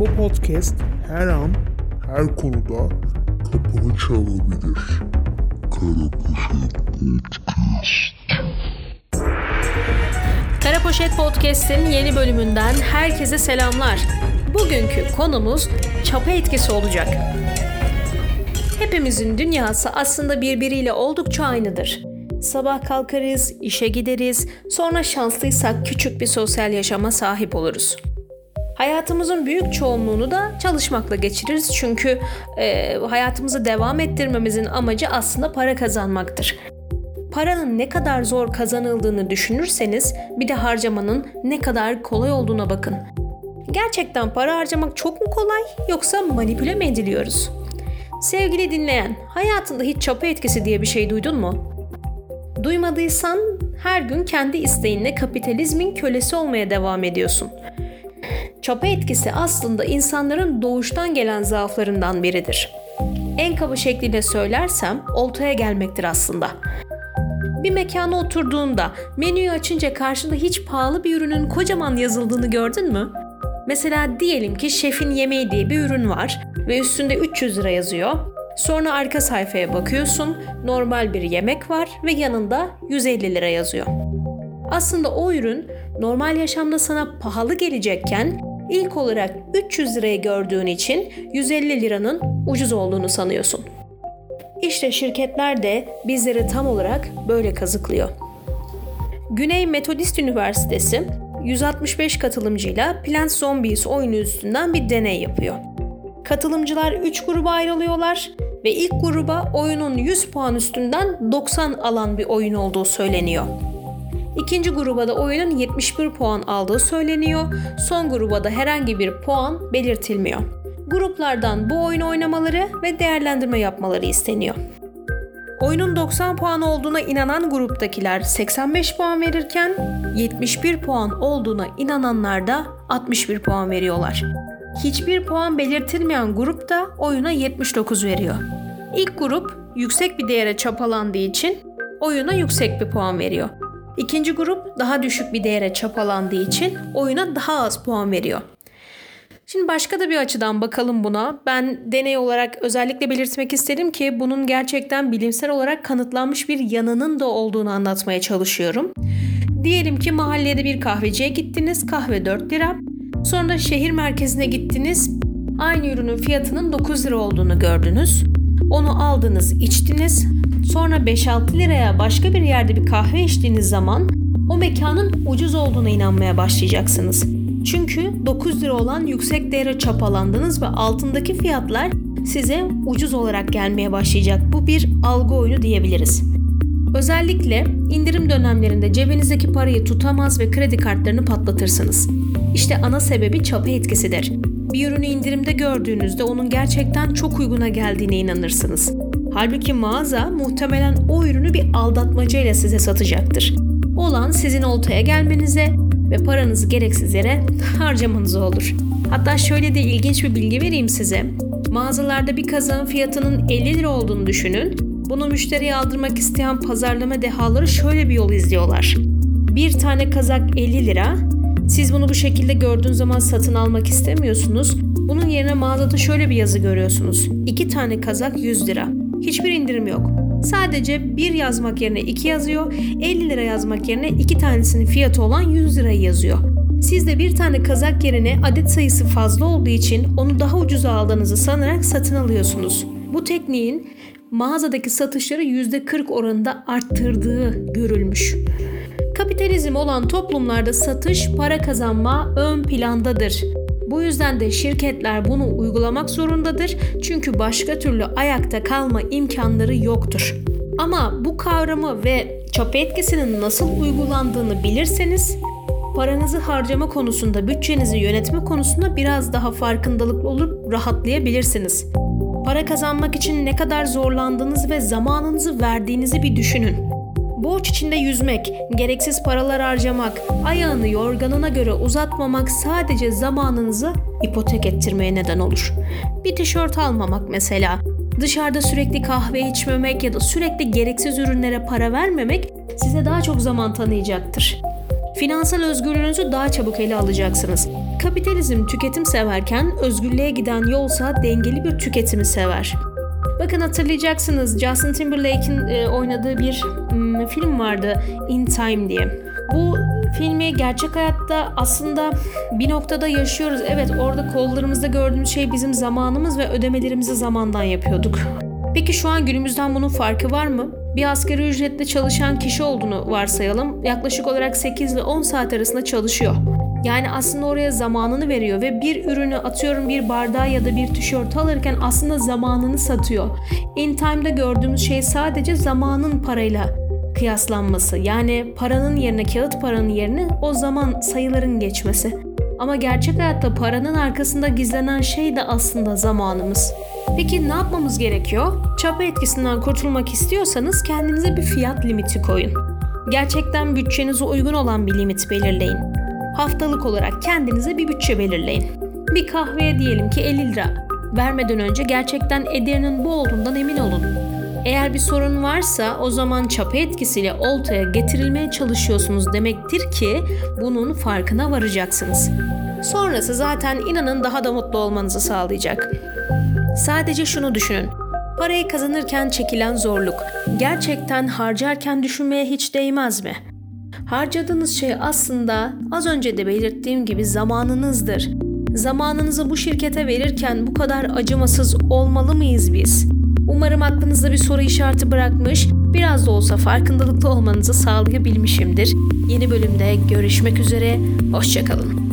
Bu podcast her an, her konuda kapını çalabilir. Kara Poşet Podcast'in yeni bölümünden herkese selamlar. Bugünkü konumuz çapa etkisi olacak. Hepimizin dünyası aslında birbiriyle oldukça aynıdır. Sabah kalkarız, işe gideriz, sonra şanslıysak küçük bir sosyal yaşama sahip oluruz. Hayatımızın büyük çoğunluğunu da çalışmakla geçiririz çünkü hayatımızı devam ettirmemizin amacı aslında para kazanmaktır. Paranın ne kadar zor kazanıldığını düşünürseniz bir de harcamanın ne kadar kolay olduğuna bakın. Gerçekten para harcamak çok mu kolay yoksa manipüle mi ediliyoruz? Sevgili dinleyen, hayatında hiç çapa etkisi diye bir şey duydun mu? Duymadıysan her gün kendi isteğinle kapitalizmin kölesi olmaya devam ediyorsun. Çapa etkisi aslında insanların doğuştan gelen zaaflarından biridir. En kaba şekliyle söylersem oltaya gelmektir aslında. Bir mekana oturduğunda menüyü açınca karşında hiç pahalı bir ürünün kocaman yazıldığını gördün mü? Mesela diyelim ki şefin yemeği diye bir ürün var ve üstünde 300 lira yazıyor. Sonra arka sayfaya bakıyorsun, normal bir yemek var ve yanında 150 lira yazıyor. Aslında o ürün normal yaşamda sana pahalı gelecekken ilk olarak 300 lirayı gördüğün için 150 liranın ucuz olduğunu sanıyorsun. İşte şirketler de bizleri tam olarak böyle kazıklıyor. Güney Metodist Üniversitesi 165 katılımcıyla Plants Zombies oyunu üstünden bir deney yapıyor. Katılımcılar 3 gruba ayrılıyorlar ve ilk gruba oyunun 100 puan üstünden 90 alan bir oyun olduğu söyleniyor. İkinci gruba da oyunun 71 puan aldığı söyleniyor. Son gruba da herhangi bir puan belirtilmiyor. Gruplardan bu oyunu oynamaları ve değerlendirme yapmaları isteniyor. Oyunun 90 puan olduğuna inanan gruptakiler 85 puan verirken 71 puan olduğuna inananlar da 61 puan veriyorlar. Hiçbir puan belirtilmeyen grup da oyuna 79 veriyor. İlk grup yüksek bir değere çapalandığı için oyuna yüksek bir puan veriyor. İkinci grup daha düşük bir değere çapalandığı için oyuna daha az puan veriyor. Şimdi başka da bir açıdan bakalım buna. Ben deney olarak özellikle belirtmek isterim ki bunun gerçekten bilimsel olarak kanıtlanmış bir yanının da olduğunu anlatmaya çalışıyorum. Diyelim ki mahallede bir kahveciye gittiniz, kahve 4 lira. Sonra şehir merkezine gittiniz, aynı ürünün fiyatının 9 lira olduğunu gördünüz. Onu aldınız, içtiniz. Sonra 5-6 liraya başka bir yerde bir kahve içtiğiniz zaman o mekanın ucuz olduğuna inanmaya başlayacaksınız. Çünkü 9 lira olan yüksek değere çapalandınız ve altındaki fiyatlar size ucuz olarak gelmeye başlayacak. Bu bir algı oyunu diyebiliriz. Özellikle indirim dönemlerinde cebinizdeki parayı tutamaz ve kredi kartlarını patlatırsınız. İşte ana sebebi çapa etkisidir. Bir ürünü indirimde gördüğünüzde onun gerçekten çok uyguna geldiğine inanırsınız. Halbuki mağaza muhtemelen o ürünü bir aldatmacayla size satacaktır. Olan sizin oltaya gelmenize ve paranızı gereksiz yere harcamanız olur. Hatta şöyle de ilginç bir bilgi vereyim size. Mağazalarda bir kazağın fiyatının 50 lira olduğunu düşünün. Bunu müşteriye aldırmak isteyen pazarlama dehaları şöyle bir yol izliyorlar. Bir tane kazak 50 lira. Siz bunu bu şekilde gördüğün zaman satın almak istemiyorsunuz. Bunun yerine mağazada şöyle bir yazı görüyorsunuz. 2 tane kazak 100 lira. Hiçbir indirim yok. Sadece 1 yazmak yerine 2 yazıyor. 50 lira yazmak yerine 2 tanesinin fiyatı olan 100 lirayı yazıyor. Siz de bir tane kazak yerine adet sayısı fazla olduğu için onu daha ucuza aldığınızı sanarak satın alıyorsunuz. Bu tekniğin mağazadaki satışları %40 oranında arttırdığı görülmüş. Kapitalizm olan toplumlarda satış, para kazanma ön plandadır. Bu yüzden de şirketler bunu uygulamak zorundadır. Çünkü başka türlü ayakta kalma imkanları yoktur. Ama bu kavramı ve çapa etkisinin nasıl uygulandığını bilirseniz, paranızı harcama konusunda, bütçenizi yönetme konusunda biraz daha farkındalıklı olup rahatlayabilirsiniz. Para kazanmak için ne kadar zorlandığınızı ve zamanınızı verdiğinizi bir düşünün. Borç içinde yüzmek, gereksiz paralar harcamak, ayağını yorganına göre uzatmamak sadece zamanınızı ipotek ettirmeye neden olur. Bir tişört almamak mesela, dışarıda sürekli kahve içmemek ya da sürekli gereksiz ürünlere para vermemek size daha çok zaman tanıyacaktır. Finansal özgürlüğünüzü daha çabuk ele alacaksınız. Kapitalizm tüketim severken özgürlüğe giden yolsa dengeli bir tüketimi sever. Bakın hatırlayacaksınız, Justin Timberlake'in oynadığı bir film vardı, In Time diye. Bu filmi gerçek hayatta aslında bir noktada yaşıyoruz. Evet, orada kollarımızda gördüğümüz şey bizim zamanımız ve ödemelerimizi zamandan yapıyorduk. Peki şu an günümüzden bunun farkı var mı? Bir asgari ücretle çalışan kişi olduğunu varsayalım. Yaklaşık olarak 8 ile 10 saat arasında çalışıyor. Yani aslında oraya zamanını veriyor ve bir ürünü, atıyorum bir bardağı ya da bir tişört alırken aslında zamanını satıyor. In Time'da gördüğümüz şey sadece zamanın parayla kıyaslanması. Yani paranın yerine, kağıt paranın yerine o zaman sayıların geçmesi. Ama gerçek hayatta paranın arkasında gizlenen şey de aslında zamanımız. Peki ne yapmamız gerekiyor? Çapa etkisinden kurtulmak istiyorsanız kendinize bir fiyat limiti koyun. Gerçekten bütçenize uygun olan bir limit belirleyin. Haftalık olarak kendinize bir bütçe belirleyin. Bir kahveye diyelim ki 50 lira. Vermeden önce gerçekten ederinin bu olduğundan emin olun. Eğer bir sorun varsa o zaman çapa etkisiyle oltaya getirilmeye çalışıyorsunuz demektir ki bunun farkına varacaksınız. Sonrası zaten inanın daha da mutlu olmanızı sağlayacak. Sadece şunu düşünün. Parayı kazanırken çekilen zorluk gerçekten harcarken düşünmeye hiç değmez mi? Harcadığınız şey aslında az önce de belirttiğim gibi zamanınızdır. Zamanınızı bu şirkete verirken bu kadar acımasız olmalı mıyız biz? Umarım aklınızda bir soru işareti bırakmış, biraz da olsa farkındalıklı olmanızı sağlayabilmişimdir. Yeni bölümde görüşmek üzere, hoşça kalın.